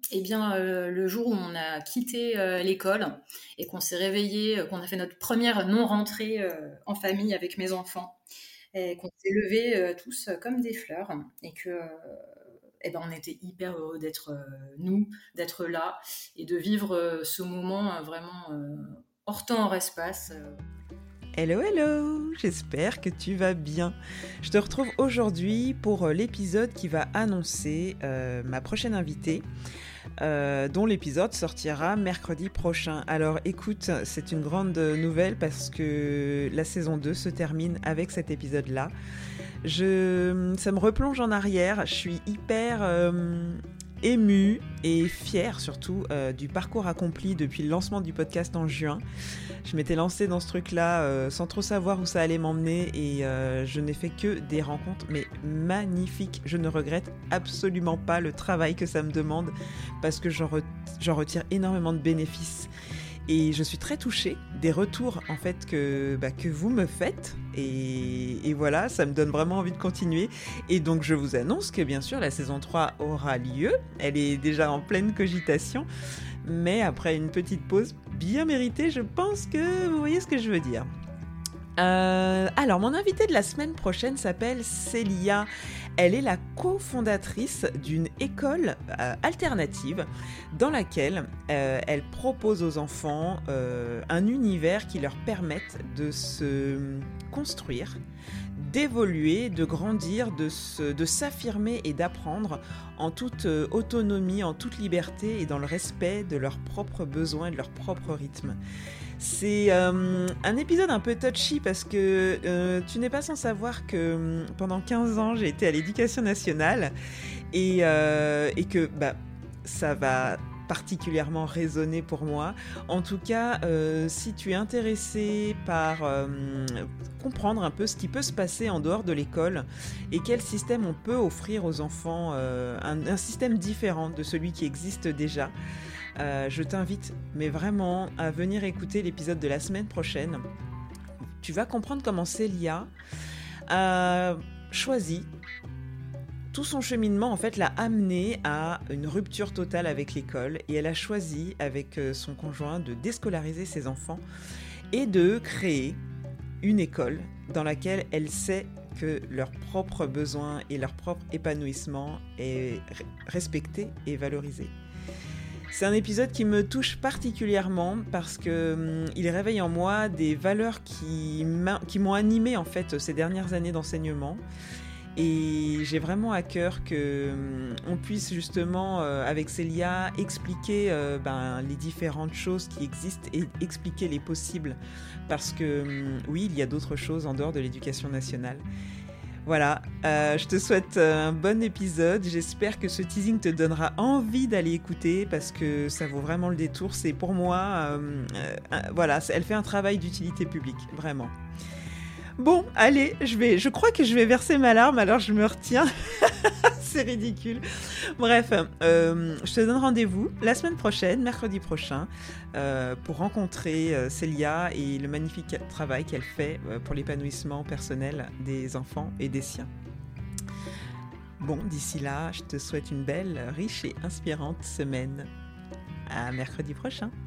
Eh bien, le jour où on a quitté l'école et qu'on s'est réveillé, qu'on a fait notre première non-rentrée en famille avec mes enfants, et qu'on s'est levés tous comme des fleurs, et que eh ben, on était hyper heureux d'être nous, d'être là, et de vivre ce moment vraiment hors temps, hors espace. Hello, hello, j'espère que tu vas bien. Je te retrouve aujourd'hui pour l'épisode qui va annoncer ma prochaine invitée, dont l'épisode sortira mercredi prochain. Alors écoute, c'est une grande nouvelle parce que la saison 2 se termine avec cet épisode-là. Ça me replonge en arrière, je suis hyper émue et fière surtout du parcours accompli depuis le lancement du podcast en juin. Je m'étais lancée dans ce truc-là sans trop savoir où ça allait m'emmener et je n'ai fait que des rencontres mais magnifiques. Je ne regrette absolument pas le travail que ça me demande parce que j'en retire énormément de bénéfices. Et je suis très touchée des retours en fait que vous me faites et voilà, ça me donne vraiment envie de continuer. Et donc je vous annonce que bien sûr la saison 3 aura lieu, elle est déjà en pleine cogitation, mais après une petite pause bien méritée, je pense que vous voyez ce que je veux dire. Alors, mon invitée de la semaine prochaine s'appelle Célia. Elle est la cofondatrice d'une école alternative dans laquelle elle propose aux enfants un univers qui leur permette de se construire, d'évoluer, de grandir, de s'affirmer et d'apprendre en toute autonomie, en toute liberté et dans le respect de leurs propres besoins et de leur propre rythme. C'est un épisode un peu touchy parce que tu n'es pas sans savoir que pendant 15 ans j'ai été à l'éducation nationale et que ça va particulièrement résonner pour moi. En tout cas, si tu es intéressé par comprendre un peu ce qui peut se passer en dehors de l'école et quel système on peut offrir aux enfants, un système différent de celui qui existe déjà, je t'invite mais vraiment à venir écouter l'épisode de la semaine prochaine. Tu vas comprendre comment Célia a choisi, tout son cheminement en fait l'a amené à une rupture totale avec l'école et elle a choisi avec son conjoint de déscolariser ses enfants et de créer une école dans laquelle elle sait que leurs propres besoins et leur propre épanouissement est respecté et valorisé. C'est un épisode qui me touche particulièrement parce que il réveille en moi des valeurs qui m'ont animée en fait ces dernières années d'enseignement. Et j'ai vraiment à cœur qu'on puisse justement, avec Célia, expliquer les différentes choses qui existent et expliquer les possibles. Parce que oui, il y a d'autres choses en dehors de l'éducation nationale. Voilà, je te souhaite un bon épisode. J'espère que ce teasing te donnera envie d'aller écouter parce que ça vaut vraiment le détour. C'est pour moi, voilà, elle fait un travail d'utilité publique, vraiment. Bon, allez, je crois que je vais verser ma larme, alors je me retiens. C'est ridicule. Bref, je te donne rendez-vous la semaine prochaine, mercredi prochain, pour rencontrer Célia et le magnifique travail qu'elle fait pour l'épanouissement personnel des enfants et des siens. Bon, d'ici là, je te souhaite une belle, riche et inspirante semaine. À mercredi prochain.